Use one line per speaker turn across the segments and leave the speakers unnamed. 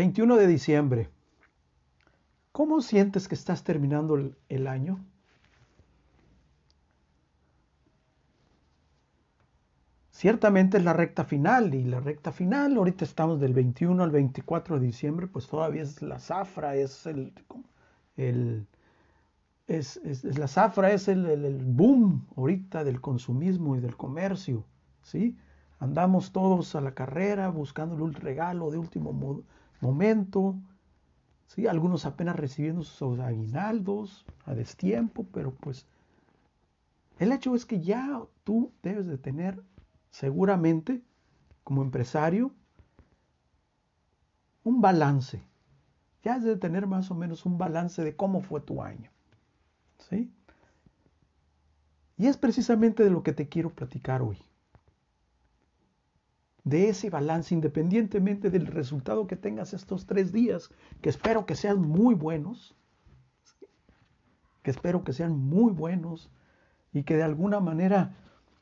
21 de diciembre. ¿Cómo sientes que estás terminando el año? Ciertamente es la recta final, y la recta final, ahorita estamos del 21 al 24 de diciembre, pues todavía es la zafra, el- es la zafra, es el boom ahorita del consumismo y del comercio, ¿sí? Andamos todos a la carrera buscándole un regalo de último momento, ¿sí? Algunos apenas recibiendo sus aguinaldos a destiempo, pero pues el hecho es que ya tú debes de tener seguramente como empresario un balance. Ya has de tener más o menos un balance de cómo fue tu año, ¿sí? Y es precisamente de lo que te quiero platicar hoy. De ese balance, independientemente del resultado que tengas estos 3 días, que espero que sean muy buenos, que espero que sean muy buenos y que de alguna manera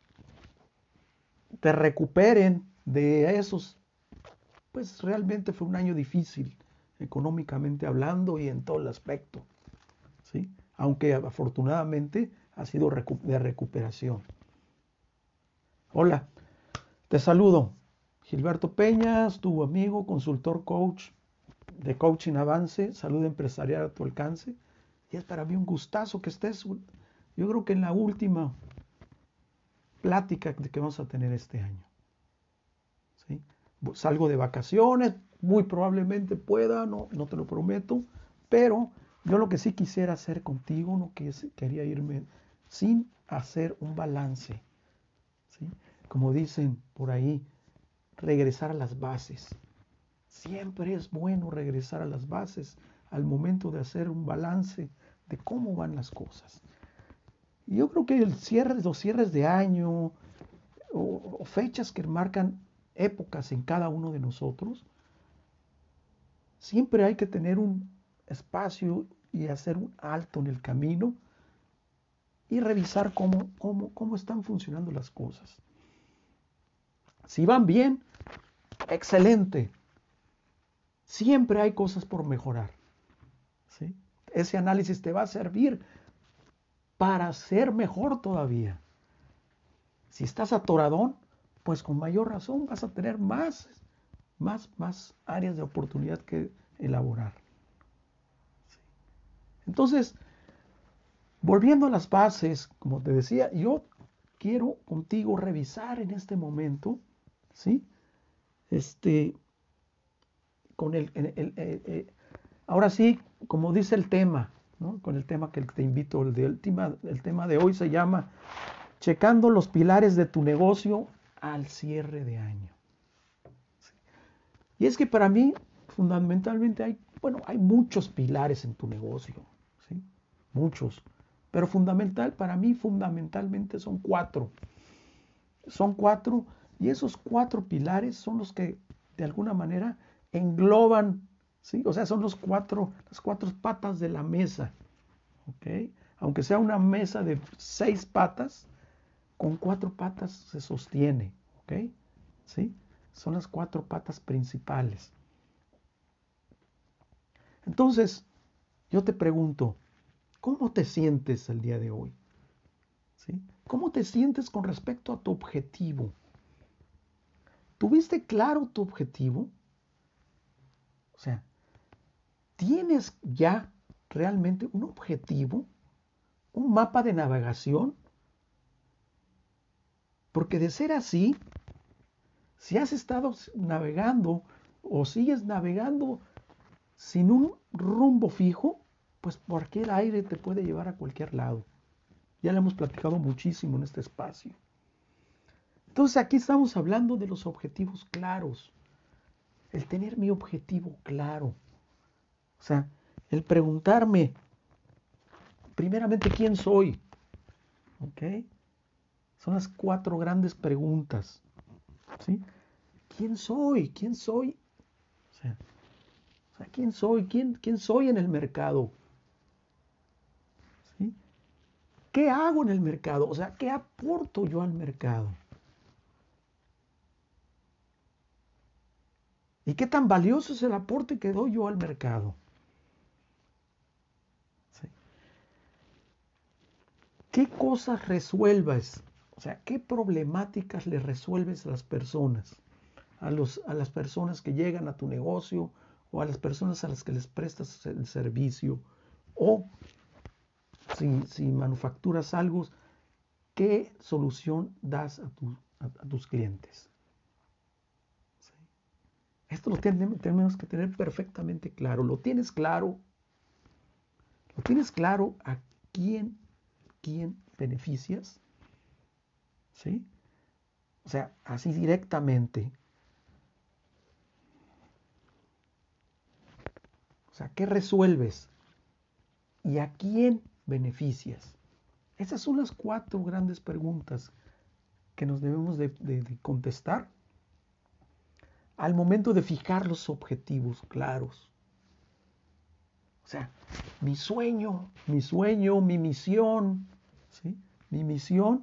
te recuperen de esos, pues realmente fue un año difícil, económicamente hablando y en todo el aspecto, ¿sí? Aunque afortunadamente ha sido de recuperación. Hola, te saludo. Gilberto Peñas, tu amigo, consultor coach de Coaching Avance, salud empresarial a tu alcance. Y es para mí un gustazo que estés, yo creo que en la última plática que vamos a tener este año, ¿sí? Salgo de vacaciones, muy probablemente pueda, no te lo prometo, pero yo lo que sí quisiera hacer contigo, no quería irme sin hacer un balance, ¿sí? Como dicen por ahí, regresar a las bases. Siempre es bueno regresar a las bases al momento de hacer un balance de cómo van las cosas. Y yo creo que los cierres de año o fechas que marcan épocas en cada uno de nosotros, siempre hay que tener un espacio y hacer un alto en el camino y revisar cómo están funcionando las cosas. Si van bien, excelente. Siempre hay cosas por mejorar, ¿sí? Ese análisis te va a servir para ser mejor todavía. Si estás atoradón, pues con mayor razón vas a tener más áreas de oportunidad que elaborar. Entonces, volviendo a las bases, como te decía, yo quiero contigo revisar en este momento, ¿sí? Con ahora sí, como dice el tema, ¿no? Con el tema que te invito, el tema de hoy se llama Checando los pilares de tu negocio al cierre de año. Y es que para mí, fundamentalmente, hay muchos pilares en tu negocio, ¿sí? Muchos. Pero para mí, fundamentalmente son 4. Son 4, y esos 4 pilares son los que, de alguna manera, engloban, ¿sí? O sea, son las 4 patas de la mesa, ¿ok? Aunque sea una mesa de 6 patas, con 4 patas se sostiene, ¿ok? ¿Sí? Son las 4 patas principales. Entonces, yo te pregunto, ¿cómo te sientes el día de hoy? ¿Sí? ¿Cómo te sientes con respecto a tu objetivo? ¿Tuviste claro tu objetivo? O sea, ¿tienes ya realmente un objetivo? ¿Un mapa de navegación? Porque de ser así, si has estado navegando o sigues navegando sin un rumbo fijo, pues cualquier aire te puede llevar a cualquier lado. Ya lo hemos platicado muchísimo en este espacio. Entonces aquí estamos hablando de los objetivos claros. El tener mi objetivo claro. O sea, el preguntarme primeramente quién soy. ¿Ok? Son las 4 grandes preguntas. ¿Sí? ¿Quién soy? ¿Quién soy? ¿Quién soy? ¿Quién soy en el mercado? ¿Sí? ¿Qué hago en el mercado? O sea, ¿qué aporto yo al mercado? ¿Y qué tan valioso es el aporte que doy yo al mercado? ¿Sí? ¿Qué cosas resuelves? O sea, ¿qué problemáticas le resuelves a las personas? A las personas que llegan a tu negocio o a las personas a las que les prestas el servicio. O si manufacturas algo, ¿qué solución das a tus clientes? ¿Sí? Esto lo tenemos que tener perfectamente claro. ¿Lo tienes claro? ¿Lo tienes claro a quién beneficias? ¿Sí? O sea, así directamente. O sea, ¿qué resuelves? ¿Y a quién beneficias? Esas son las 4 grandes preguntas que nos debemos de contestar al momento de fijar los objetivos claros. O sea, mi sueño, mi misión, ¿sí? Mi misión,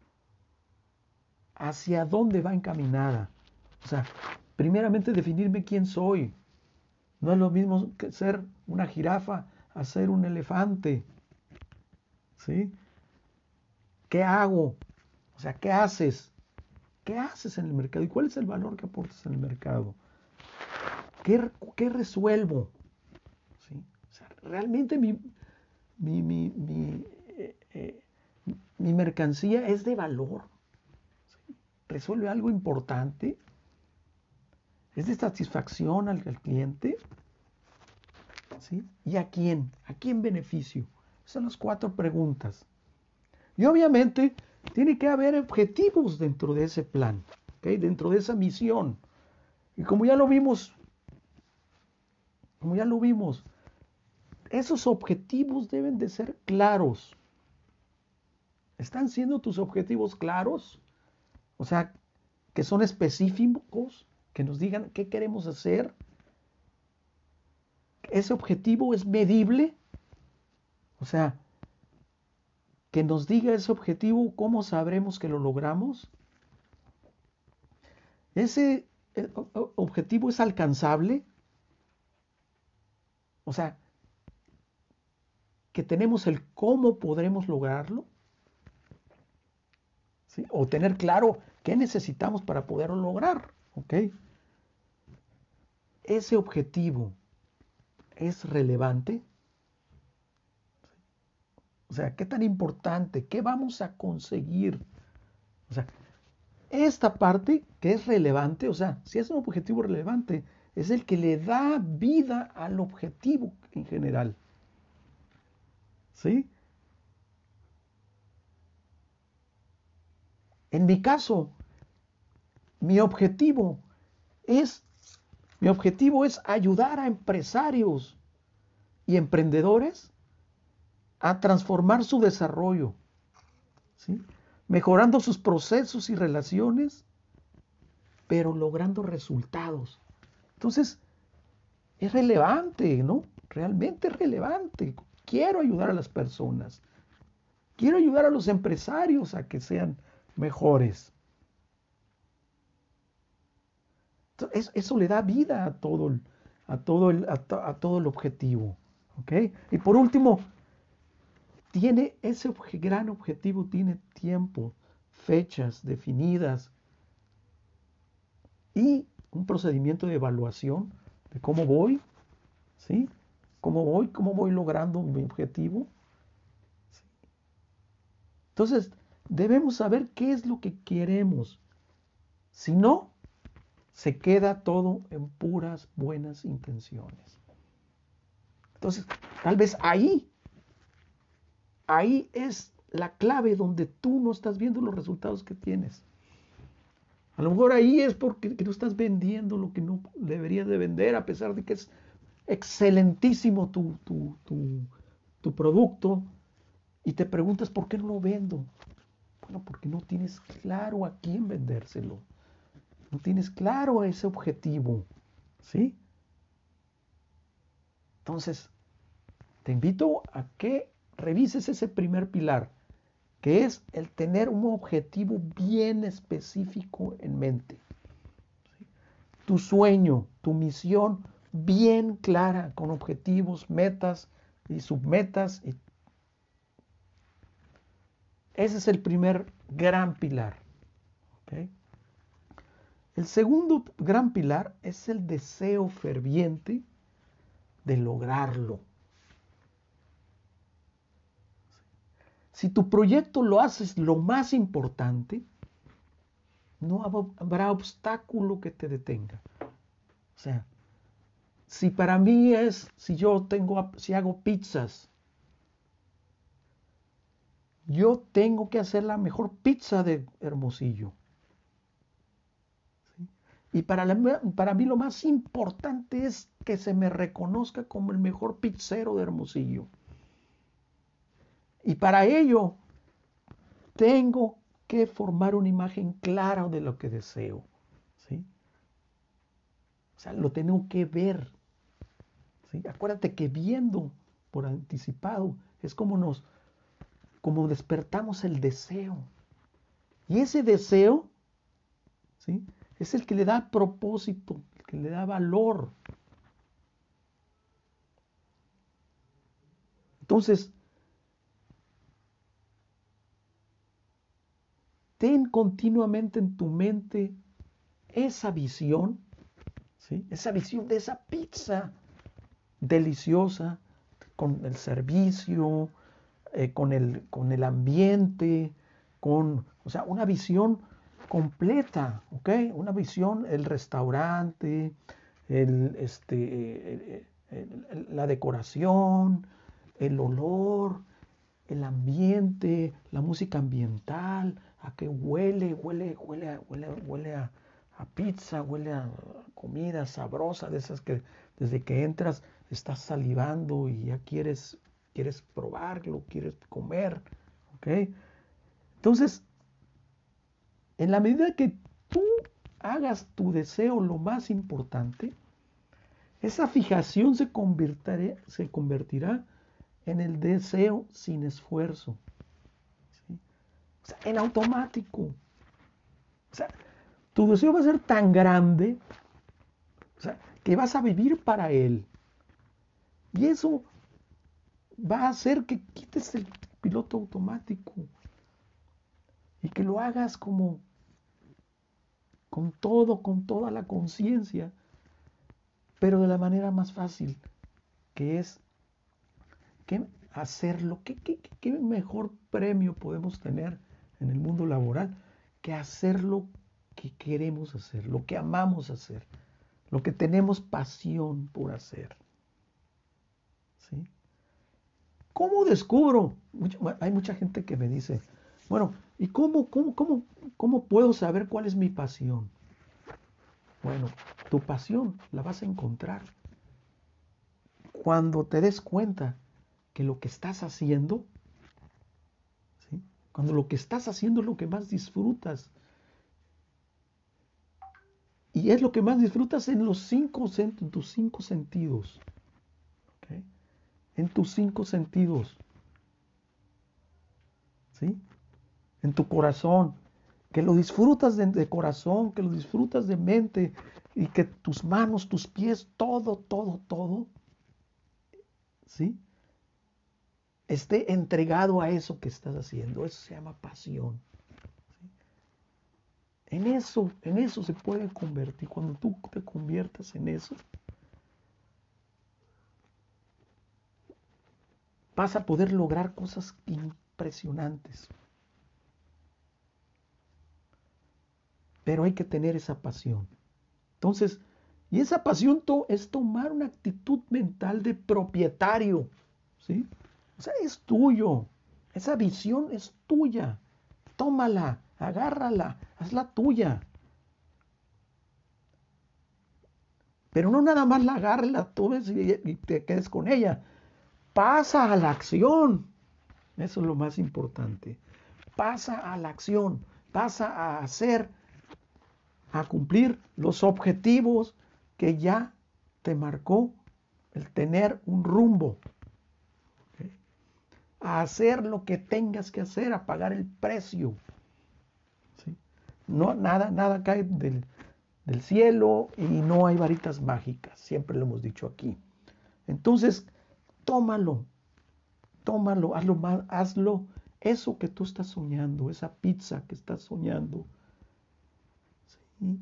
¿hacia dónde va encaminada? O sea, primeramente definirme quién soy. No es lo mismo que ser una jirafa a ser un elefante, ¿sí? ¿Qué hago? O sea, ¿qué haces? ¿Qué haces en el mercado? ¿Y cuál es el valor que aportas en el mercado? ¿Qué resuelvo? ¿Sí? O sea, realmente mi, mi, mi, eh, mi mercancía es de valor. ¿Sí? ¿Resuelve algo importante? ¿Es de satisfacción al cliente? ¿Sí? ¿Y a quién? ¿A quién beneficio? Esas son las 4 preguntas. Y obviamente tiene que haber objetivos dentro de ese plan, ¿okay? Dentro de esa misión. Y como ya lo vimos, esos objetivos deben de ser claros. ¿Están siendo tus objetivos claros? O sea, que son específicos, que nos digan qué queremos hacer. Ese objetivo es medible. O sea, que nos diga ese objetivo, cómo sabremos que lo logramos. Ese objetivo es alcanzable. O sea, que tenemos el cómo podremos lograrlo. ¿Sí? O tener claro qué necesitamos para poderlo lograr. ¿Ok? Ese objetivo es relevante. O sea, qué tan importante, qué vamos a conseguir. O sea, esta parte que es relevante, o sea, si es un objetivo relevante, es el que le da vida al objetivo en general. ¿Sí? En mi caso, mi objetivo es, mi objetivo es ayudar a empresarios y emprendedores a transformar su desarrollo, ¿sí? Mejorando sus procesos y relaciones, pero logrando resultados. Entonces, es relevante, ¿no? Realmente es relevante. Quiero ayudar a las personas. Quiero ayudar a los empresarios a que sean mejores. Entonces, eso le da vida a todo el objetivo. ¿Ok? Y por último, ese gran objetivo tiene tiempo, fechas definidas y un procedimiento de evaluación de cómo voy, ¿sí? Cómo voy logrando mi objetivo. ¿Sí? Entonces, debemos saber qué es lo que queremos. Si no, se queda todo en puras buenas intenciones. Entonces, tal vez ahí es la clave donde tú no estás viendo los resultados que tienes. A lo mejor ahí es porque no estás vendiendo lo que no deberías de vender, a pesar de que es excelentísimo tu producto, y te preguntas por qué no lo vendo. Bueno, porque no tienes claro a quién vendérselo. No tienes claro ese objetivo. ¿Sí? Entonces, te invito a que revises ese primer pilar, que es el tener un objetivo bien específico en mente. ¿Sí? tu sueño, tu misión bien clara, con objetivos, metas y submetas. Ese es el primer gran pilar. ¿Okay? El segundo gran pilar es el deseo ferviente de lograrlo. Si tu proyecto lo haces lo más importante, no habrá obstáculo que te detenga. O sea, si para mí es, si hago pizzas, yo tengo que hacer la mejor pizza de Hermosillo. ¿Sí? Y para mí lo más importante es que se me reconozca como el mejor pizzero de Hermosillo. Y para ello tengo que formar una imagen clara de lo que deseo. ¿Sí? O sea, lo tengo que ver. ¿Sí? Acuérdate que viendo por anticipado es como despertamos el deseo. Y ese deseo, ¿sí? Es el que le da propósito, el que le da valor. Entonces, ten continuamente en tu mente esa visión, ¿sí? Esa visión de esa pizza deliciosa, con el servicio, con el ambiente, o sea, una visión completa, ¿ok? Una visión, el restaurante, la decoración, el olor, el ambiente, la música ambiental, a qué huele a pizza, huele a comida sabrosa, de esas que desde que entras estás salivando y ya quieres probarlo, quieres comer, ¿ok? Entonces, en la medida que tú hagas tu deseo lo más importante, esa fijación se convertirá en el deseo sin esfuerzo, ¿sí? O sea, en automático. O sea, tu deseo va a ser tan grande, o sea, que vas a vivir para él. Y eso va a hacer que quites el piloto automático y que lo hagas como con toda la conciencia, pero de la manera más fácil, que es que hacerlo. ¿Qué mejor premio podemos tener en el mundo laboral que hacer lo que queremos hacer, lo que amamos hacer, lo que tenemos pasión por hacer? ¿Sí? ¿Cómo descubro? Hay mucha gente que me dice, bueno, ¿y cómo puedo saber cuál es mi pasión? Bueno, tu pasión la vas a encontrar cuando te des cuenta que lo que estás haciendo, ¿sí? Cuando lo que estás haciendo es lo que más disfrutas. Y es lo que más disfrutas en tus cinco sentidos. ¿Okay? En tus cinco sentidos. ¿Sí? En tu corazón. Que lo disfrutas de corazón, que lo disfrutas de mente. Y que tus manos, tus pies, todo, ¿sí? Esté entregado a eso que estás haciendo. Eso se llama pasión. ¿Sí? En eso se puede convertir. Cuando tú te conviertas en eso, vas a poder lograr cosas impresionantes. Pero hay que tener esa pasión. Entonces, y esa pasión es tomar una actitud mental de propietario, ¿sí? O sea, es tuyo. Esa visión es tuya. Tómala, agárrala, hazla tuya. Pero no nada más la agarres, la tomes y te quedes con ella. Pasa a la acción. Eso es lo más importante. Pasa a la acción. Pasa a hacer, a cumplir los objetivos que ya te marcó el tener un rumbo. ¿Okay? A hacer lo que tengas que hacer, a pagar el precio. ¿Sí? No, nada cae del cielo y no hay varitas mágicas, siempre lo hemos dicho aquí. Entonces, tómalo, hazlo eso que tú estás soñando, esa pizza que estás soñando, ¿sí?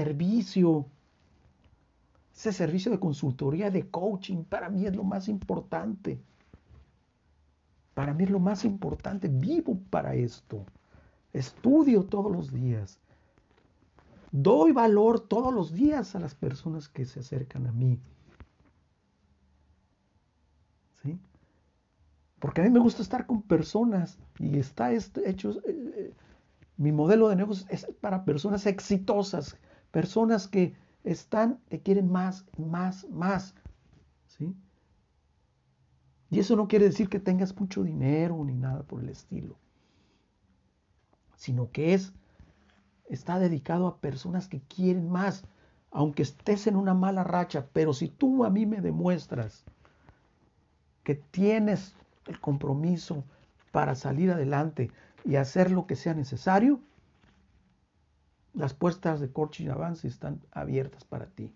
Ese servicio de consultoría, de coaching, para mí es lo más importante. Para mí es lo más importante, vivo para esto. Estudio todos los días. Doy valor todos los días a las personas que se acercan a mí. ¿Sí? Porque a mí me gusta estar con personas y está hecho, mi modelo de negocios es para personas exitosas, personas que quieren más, más, más. ¿Sí? Y eso no quiere decir que tengas mucho dinero ni nada por el estilo, sino que está dedicado a personas que quieren más, aunque estés en una mala racha. Pero si tú a mí me demuestras que tienes el compromiso para salir adelante y hacer lo que sea necesario, las puertas de Coaching Avance están abiertas para ti.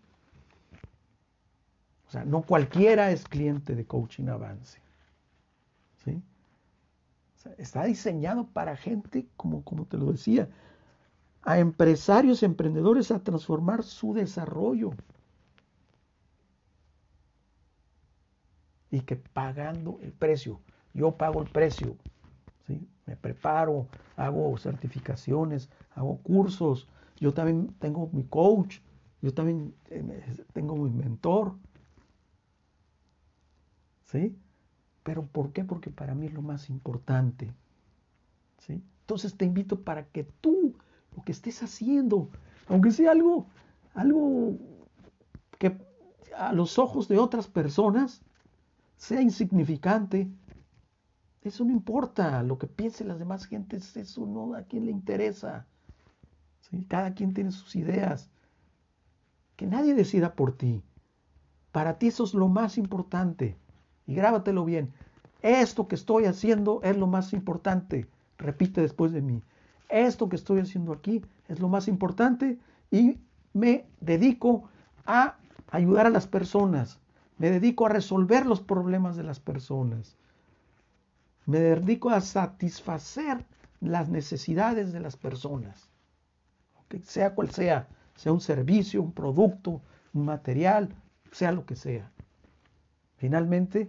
O sea, no cualquiera es cliente de Coaching Avance. ¿Sí? O sea, está diseñado para gente, como te lo decía, a empresarios, emprendedores a transformar su desarrollo. Y que pagando el precio, yo pago el precio, ¿sí? Me preparo, hago certificaciones, hago cursos, yo también tengo mi coach, yo también tengo mi mentor, ¿sí? ¿Pero por qué? Porque para mí es lo más importante, ¿sí? Entonces te invito para que tú, lo que estés haciendo, aunque sea algo que a los ojos de otras personas sea insignificante, eso no importa. Lo que piensen las demás gentes, eso no, a quién le interesa. ¿Sí? Cada quien tiene sus ideas. Que nadie decida por ti. Para ti eso es lo más importante. Y grábatelo bien. Esto que estoy haciendo es lo más importante. Repite después de mí. Esto que estoy haciendo aquí es lo más importante y me dedico a ayudar a las personas. Me dedico a resolver los problemas de las personas. Me dedico a satisfacer las necesidades de las personas. ¿Okay? Sea cual sea un servicio, un producto, un material, sea lo que sea. Finalmente,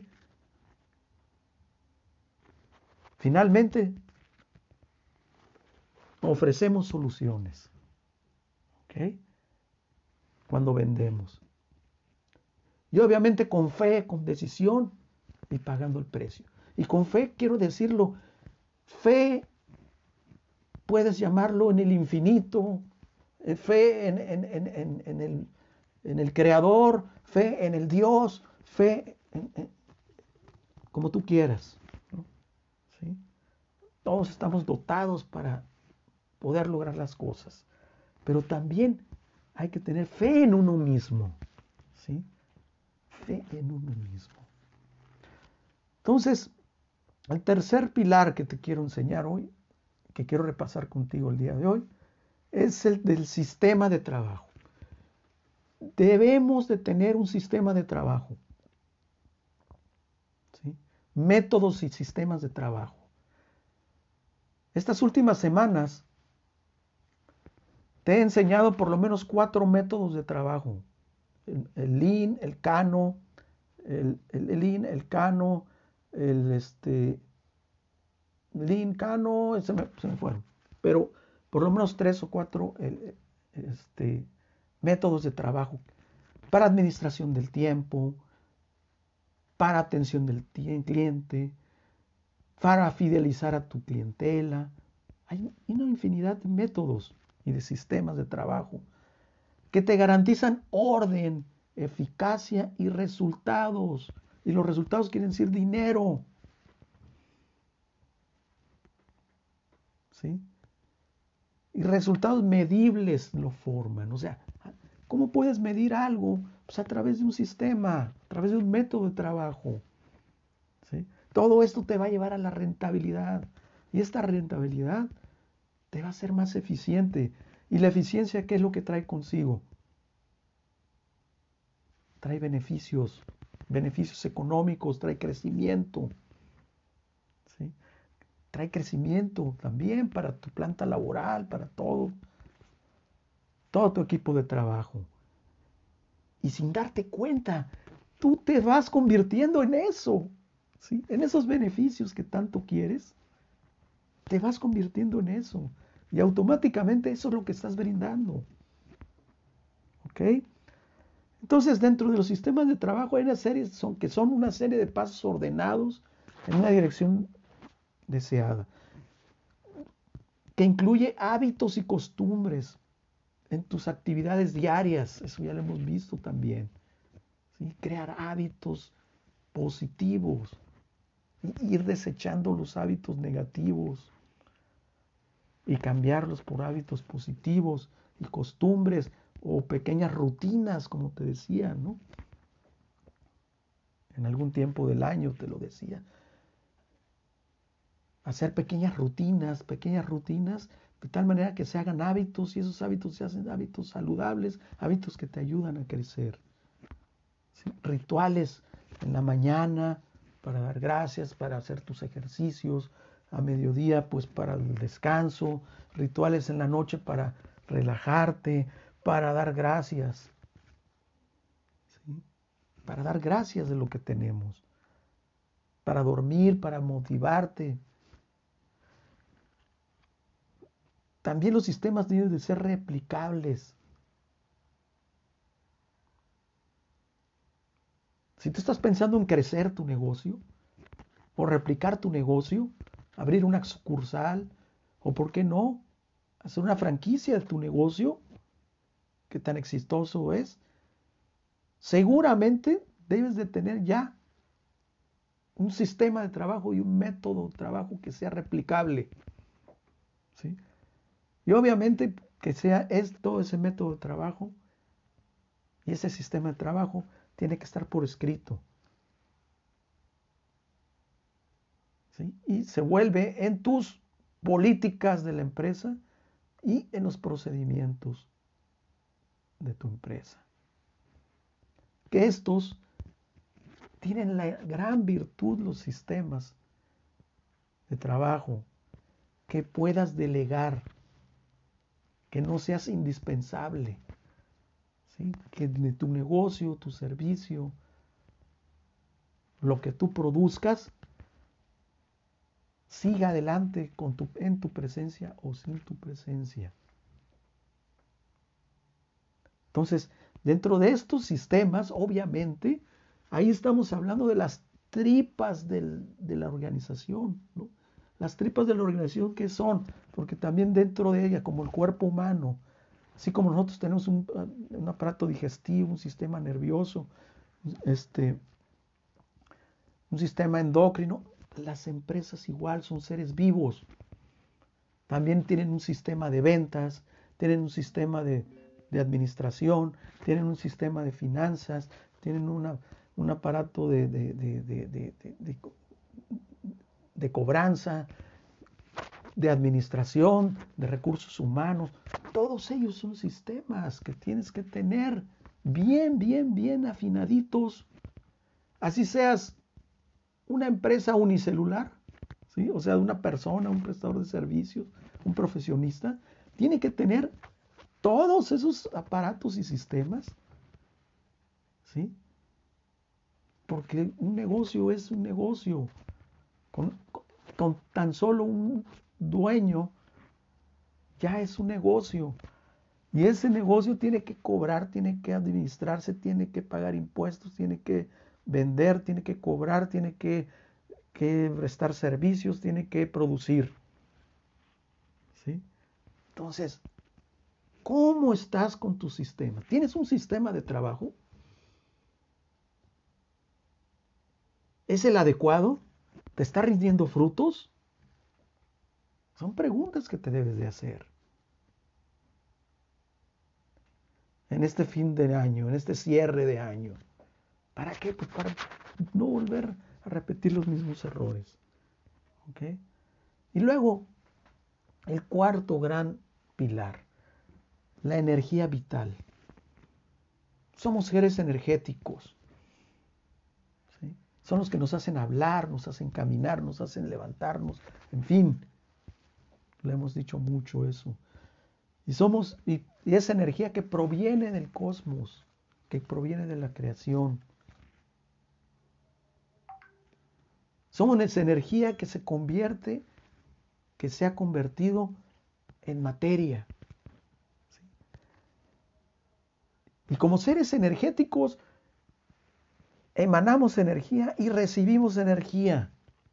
ofrecemos soluciones. ¿Okay? Cuando vendemos. Y obviamente con fe, con decisión y pagando el precio. Y con fe, quiero decirlo, fe puedes llamarlo en el infinito, fe en el Creador, fe en el Dios, fe como tú quieras, ¿no? ¿Sí? Todos estamos dotados para poder lograr las cosas, pero también hay que tener fe en uno mismo, ¿sí? Fe en uno mismo. Entonces, el tercer pilar que te quiero enseñar hoy, que quiero repasar contigo el día de hoy, es el del sistema de trabajo. Debemos de tener un sistema de trabajo, ¿sí? Métodos y sistemas de trabajo. Estas últimas semanas te he enseñado por lo menos 4 métodos de trabajo. El Lean, el Kano, el Lean, el Kano, Lean, Kano, se me fueron. Pero por lo menos 3 o 4 métodos de trabajo para administración del tiempo, para atención del cliente, para fidelizar a tu clientela. Hay una infinidad de métodos y de sistemas de trabajo que te garantizan orden, eficacia y resultados. Y los resultados quieren decir dinero. ¿Sí? Y resultados medibles lo forman. O sea, ¿cómo puedes medir algo? Pues a través de un sistema, a través de un método de trabajo. ¿Sí? Todo esto te va a llevar a la rentabilidad. Y esta rentabilidad te va a hacer más eficiente. ¿Y la eficiencia qué es lo que trae consigo? trae beneficios, beneficios económicos, trae crecimiento, ¿sí? Trae crecimiento también para tu planta laboral, para todo tu equipo de trabajo. Y sin darte cuenta, tú te vas convirtiendo en eso, ¿sí? En esos beneficios que tanto quieres, te vas convirtiendo en eso. Y automáticamente eso es lo que estás brindando. ¿Ok? Entonces, dentro de los sistemas de trabajo hay una serie, que son una serie de pasos ordenados en una dirección deseada, que incluye hábitos y costumbres en tus actividades diarias. Eso ya lo hemos visto también. ¿Sí? Crear hábitos positivos, ir desechando los hábitos negativos y cambiarlos por hábitos positivos y costumbres o pequeñas rutinas, como te decía, ¿no? En algún tiempo del año te lo decía. Hacer pequeñas rutinas, de tal manera que se hagan hábitos y esos hábitos se hacen hábitos saludables, hábitos que te ayudan a crecer. ¿Sí? Rituales en la mañana para dar gracias, para hacer tus ejercicios, a mediodía pues para el descanso, rituales en la noche para relajarte, para dar gracias, ¿sí? Para dar gracias de lo que tenemos, para dormir, para motivarte. También los sistemas deben de ser replicables. Si tú estás pensando en crecer tu negocio o replicar tu negocio, abrir una sucursal o, ¿por qué no?, hacer una franquicia de tu negocio, que tan exitoso es, seguramente debes de tener ya un sistema de trabajo y un método de trabajo que sea replicable, ¿sí? Y obviamente que sea todo ese método de trabajo y ese sistema de trabajo tiene que estar por escrito, ¿sí? Y se vuelve en tus políticas de la empresa y en los procedimientos de tu empresa. Que estos tienen la gran virtud, los sistemas de trabajo, que puedas delegar, que no seas indispensable, ¿sí? Que de tu negocio, tu servicio, lo que tú produzcas, siga adelante en tu presencia o sin tu presencia. Entonces, dentro de estos sistemas, obviamente, ahí estamos hablando de las tripas de la organización, ¿no? Las tripas de la organización, ¿qué son? Porque también dentro de ella, como el cuerpo humano, así como nosotros tenemos un aparato digestivo, un sistema nervioso, un sistema endocrino, las empresas igual son seres vivos. También tienen un sistema de ventas, tienen un sistema de administración, tienen un sistema de finanzas, tienen un aparato de cobranza, de administración, de recursos humanos. Todos ellos son sistemas que tienes que tener bien afinaditos. Así seas una empresa unicelular, ¿sí? O sea, una persona, un prestador de servicios, un profesionista, tiene que tener todos esos aparatos y sistemas, ¿sí? Porque un negocio es un negocio. Con tan solo un dueño ya es un negocio. Y ese negocio tiene que cobrar, tiene que administrarse, tiene que pagar impuestos, tiene que vender, tiene que cobrar, tiene que prestar servicios, tiene que producir, ¿sí? Entonces, ¿cómo estás con tu sistema? ¿Tienes un sistema de trabajo? ¿Es el adecuado? ¿Te está rindiendo frutos? Son preguntas que te debes de hacer en este fin de año, en este cierre de año. ¿Para qué? Pues para no volver a repetir los mismos errores. ¿Ok? Y luego, el cuarto gran pilar, la energía vital. Somos seres energéticos, ¿sí? Son los que nos hacen hablar, nos hacen caminar, nos hacen levantarnos, en fin, le hemos dicho mucho eso. Y esa energía que proviene del cosmos, que proviene de la creación. Somos esa energía que que se ha convertido en materia. ¿Sí? Y como seres energéticos, emanamos energía y recibimos energía.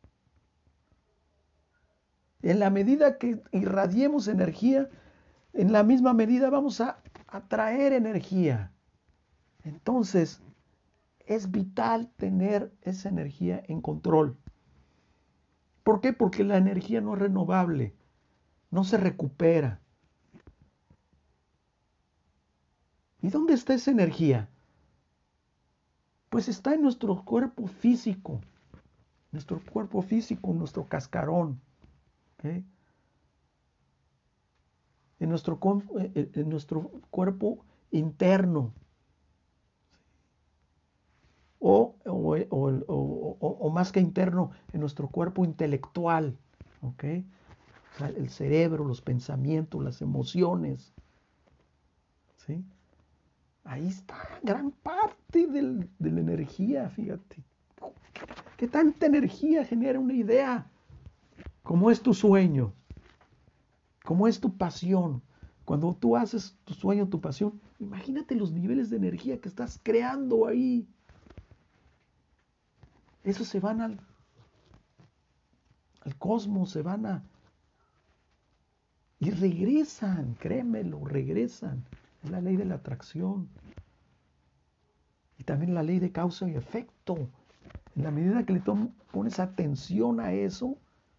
En la medida que irradiemos energía, en la misma medida vamos a atraer energía. Entonces, es vital tener esa energía en control. ¿Por qué? Porque la energía no es renovable, no se recupera. ¿Y dónde está esa energía? Pues está en nuestro cuerpo físico, nuestro cascarón, ¿okay? En nuestro cuerpo interno, o más que interno, en nuestro cuerpo intelectual, ¿okay? O sea, el cerebro, los pensamientos, las emociones, ¿sí? Ahí está gran parte de la energía, fíjate. ¿Qué tanta energía genera una idea? ¿Cómo es tu sueño? ¿Cómo es tu pasión? Cuando tú haces tu sueño, tu pasión, imagínate los niveles de energía que estás creando ahí. Esos se van al cosmos, y regresan, créemelo, regresan. Es la ley de la atracción. Y también la ley de causa y efecto. En la medida que le pones atención a eso,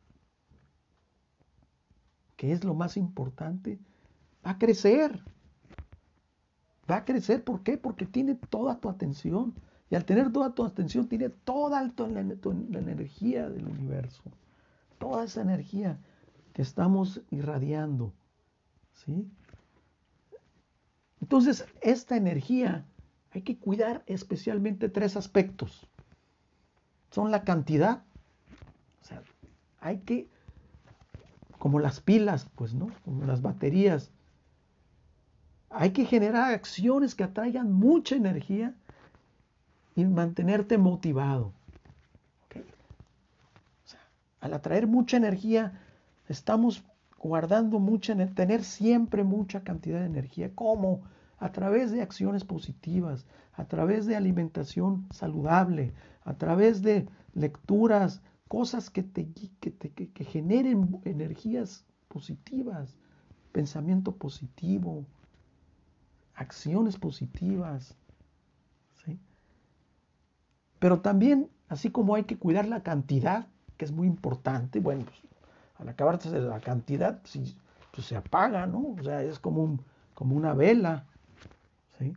que es lo más importante, va a crecer. Va a crecer, ¿por qué? Porque tiene toda tu atención. Y al tener toda tu atención, tiene toda la energía del universo. Toda esa energía que estamos irradiando. ¿Sí? Entonces, esta energía hay que cuidar especialmente tres aspectos. Son la cantidad, o sea, hay que, como las pilas, pues, ¿no? Como las baterías, hay que generar acciones que atraigan mucha energía y mantenerte motivado. ¿Okay? O sea, al atraer mucha energía, estamos guardando tener siempre mucha cantidad de energía. ¿Cómo? A través de acciones positivas, a través de alimentación saludable, a través de lecturas, cosas que generen energías positivas, pensamiento positivo, acciones positivas. ¿Sí? Pero también, así como hay que cuidar la cantidad, que es muy importante, bueno, pues, al acabarse la cantidad, pues se apaga, ¿no? O sea, es como una vela, ¿sí?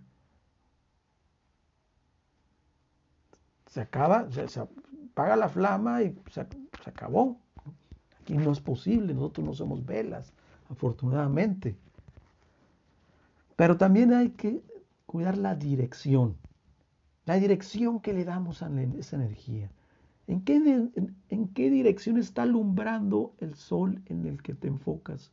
Se acaba, se apaga la flama y se acabó. Aquí no es posible, nosotros no somos velas, afortunadamente. Pero también hay que cuidar la dirección que le damos a esa energía. ¿En qué dirección está alumbrando el sol en el que te enfocas?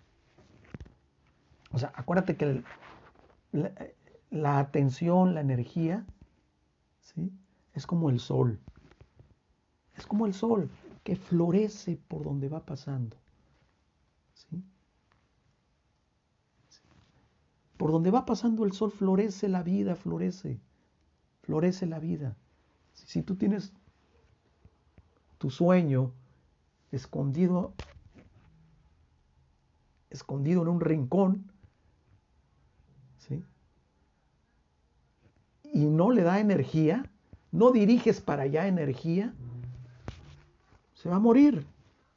O sea, acuérdate que la, la atención, la energía, ¿sí? Es como el sol. Es como el sol que florece por donde va pasando. ¿Sí? Por donde va pasando el sol florece la vida, florece la vida. Si tú tienes tu sueño escondido, escondido en un rincón, ¿sí? Y no le da energía, no diriges para allá energía, se va a morir.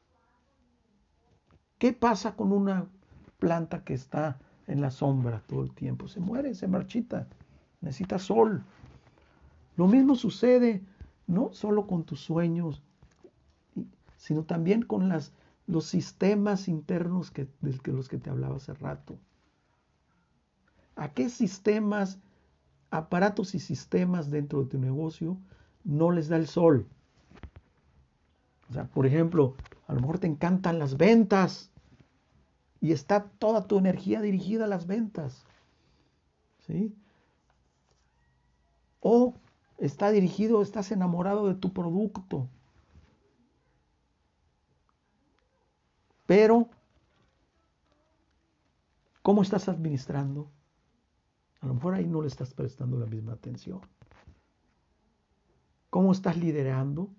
¿Qué pasa con una planta que está en la sombra todo el tiempo? Se muere, se marchita, necesita sol. Lo mismo sucede no solo con tus sueños, sino también con los sistemas internos de los que te hablaba hace rato. ¿A qué sistemas aparatos y sistemas dentro de tu negocio no les da el sol. O sea, por ejemplo, a lo mejor te encantan las ventas y está toda tu energía dirigida a las ventas, ¿sí? O está dirigido, estás enamorado de tu producto, pero ¿cómo estás administrando? A lo mejor ahí no le estás prestando la misma atención. ¿Cómo estás liderando?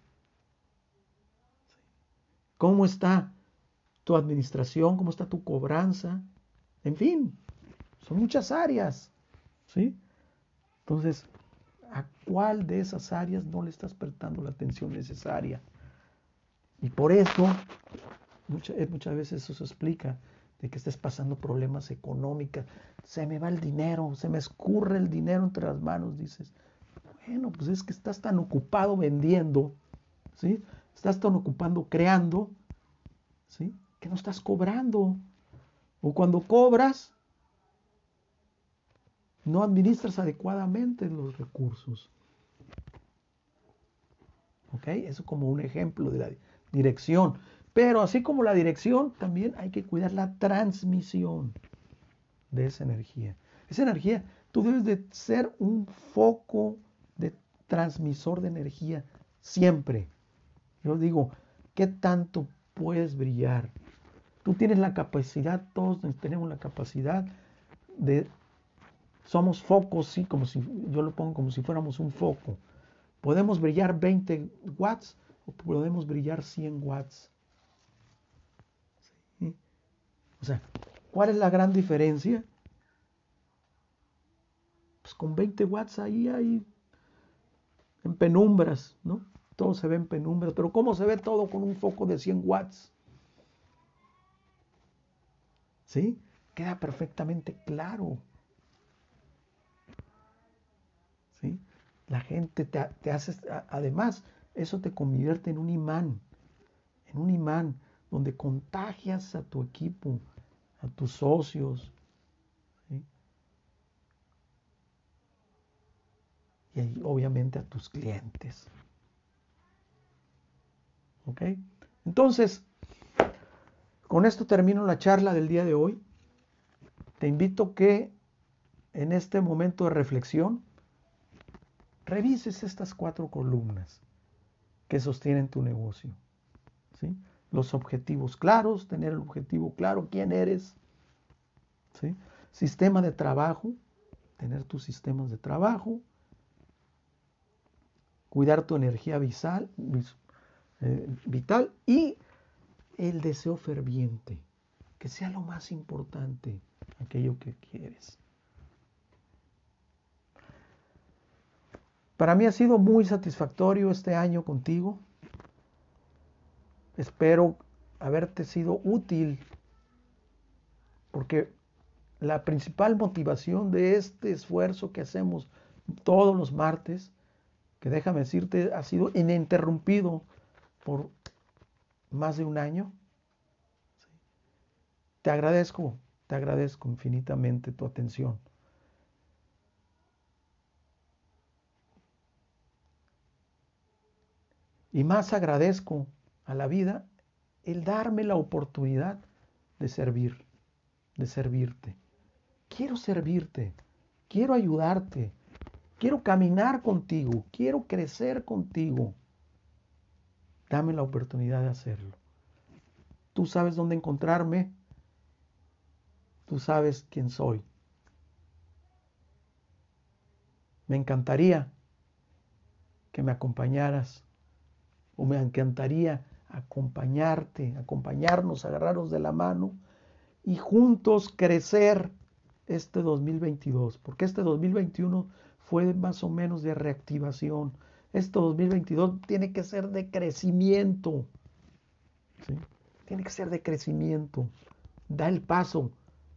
¿Cómo está tu administración? ¿Cómo está tu cobranza? En fin, son muchas áreas, ¿sí? Entonces, ¿a cuál de esas áreas no le estás prestando la atención necesaria? Y por eso, muchas veces eso se explica de que estés pasando problemas económicos. Se me va el dinero, se me escurre el dinero entre las manos, dices. Bueno, pues es que estás tan ocupado vendiendo, ¿sí? Estás tan ocupado creando, ¿sí? Que no estás cobrando. O cuando cobras, no administras adecuadamente los recursos. ¿Ok? Eso como un ejemplo de la dirección. Pero así como la dirección, también hay que cuidar la transmisión de esa energía. Esa energía, tú debes de ser un foco de transmisor de energía siempre. Yo digo, ¿qué tanto puedes brillar? Tú tienes la capacidad, todos tenemos la capacidad de, somos focos, sí, como si, yo lo pongo como si fuéramos un foco. Podemos brillar 20 watts o podemos brillar 100 watts. ¿Sí? O sea, ¿cuál es la gran diferencia? Pues con 20 watts ahí hay en penumbras, ¿no? Todo se ve en penumbras, pero ¿cómo se ve todo con un foco de 100 watts? ¿Sí? Queda perfectamente claro. ¿Sí? La gente te hace, además, eso te convierte en un imán donde contagias a tu equipo, a tus socios, ¿sí? Y obviamente a tus clientes. ¿Ok? Entonces, con esto termino la charla del día de hoy. Te invito que en este momento de reflexión revises estas 4 columnas que sostienen tu negocio, ¿sí? Los objetivos claros, tener el objetivo claro, quién eres, ¿sí? Sistema de trabajo, tener tus sistemas de trabajo, cuidar tu energía vital y el deseo ferviente, que sea lo más importante, aquello que quieres. Para mí ha sido muy satisfactorio este año contigo. Espero haberte sido útil, porque la principal motivación de este esfuerzo que hacemos todos los martes, que déjame decirte, ha sido ininterrumpido por más de un año. Te agradezco infinitamente tu atención. Y más agradezco a la vida el darme la oportunidad de servirte. Quiero servirte, quiero ayudarte, quiero caminar contigo, quiero crecer contigo. Dame la oportunidad de hacerlo. Tú sabes dónde encontrarme, tú sabes quién soy. Me encantaría que me acompañaras, o me encantaría acompañarnos, agarrarnos de la mano y juntos crecer este 2022, porque este 2021 fue más o menos de reactivación. Este 2022 tiene que ser de crecimiento, ¿sí? Tiene que ser de crecimiento. Da el paso,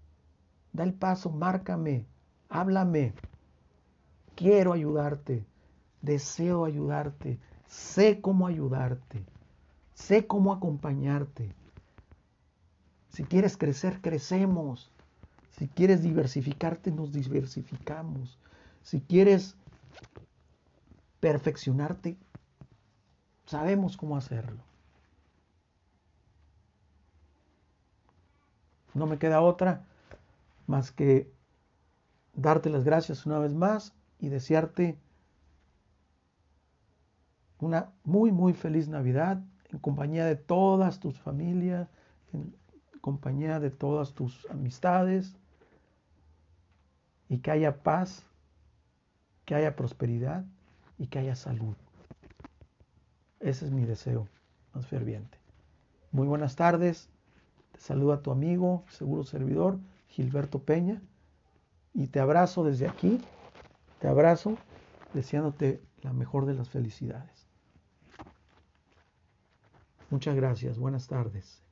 márcame, háblame. Quiero ayudarte, deseo ayudarte, sé cómo ayudarte, sé cómo acompañarte. Si quieres crecer, crecemos. Si quieres diversificarte, nos diversificamos. Si quieres perfeccionarte, sabemos cómo hacerlo. No me queda otra más que darte las gracias una vez más y desearte una muy, muy feliz Navidad en compañía de todas tus familias, en compañía de todas tus amistades, y que haya paz, que haya prosperidad y que haya salud. Ese es mi deseo más ferviente. Muy buenas tardes. Te saluda tu amigo, seguro servidor, Gilberto Peña, y te abrazo desde aquí. Te abrazo deseándote la mejor de las felicidades. Muchas gracias. Buenas tardes.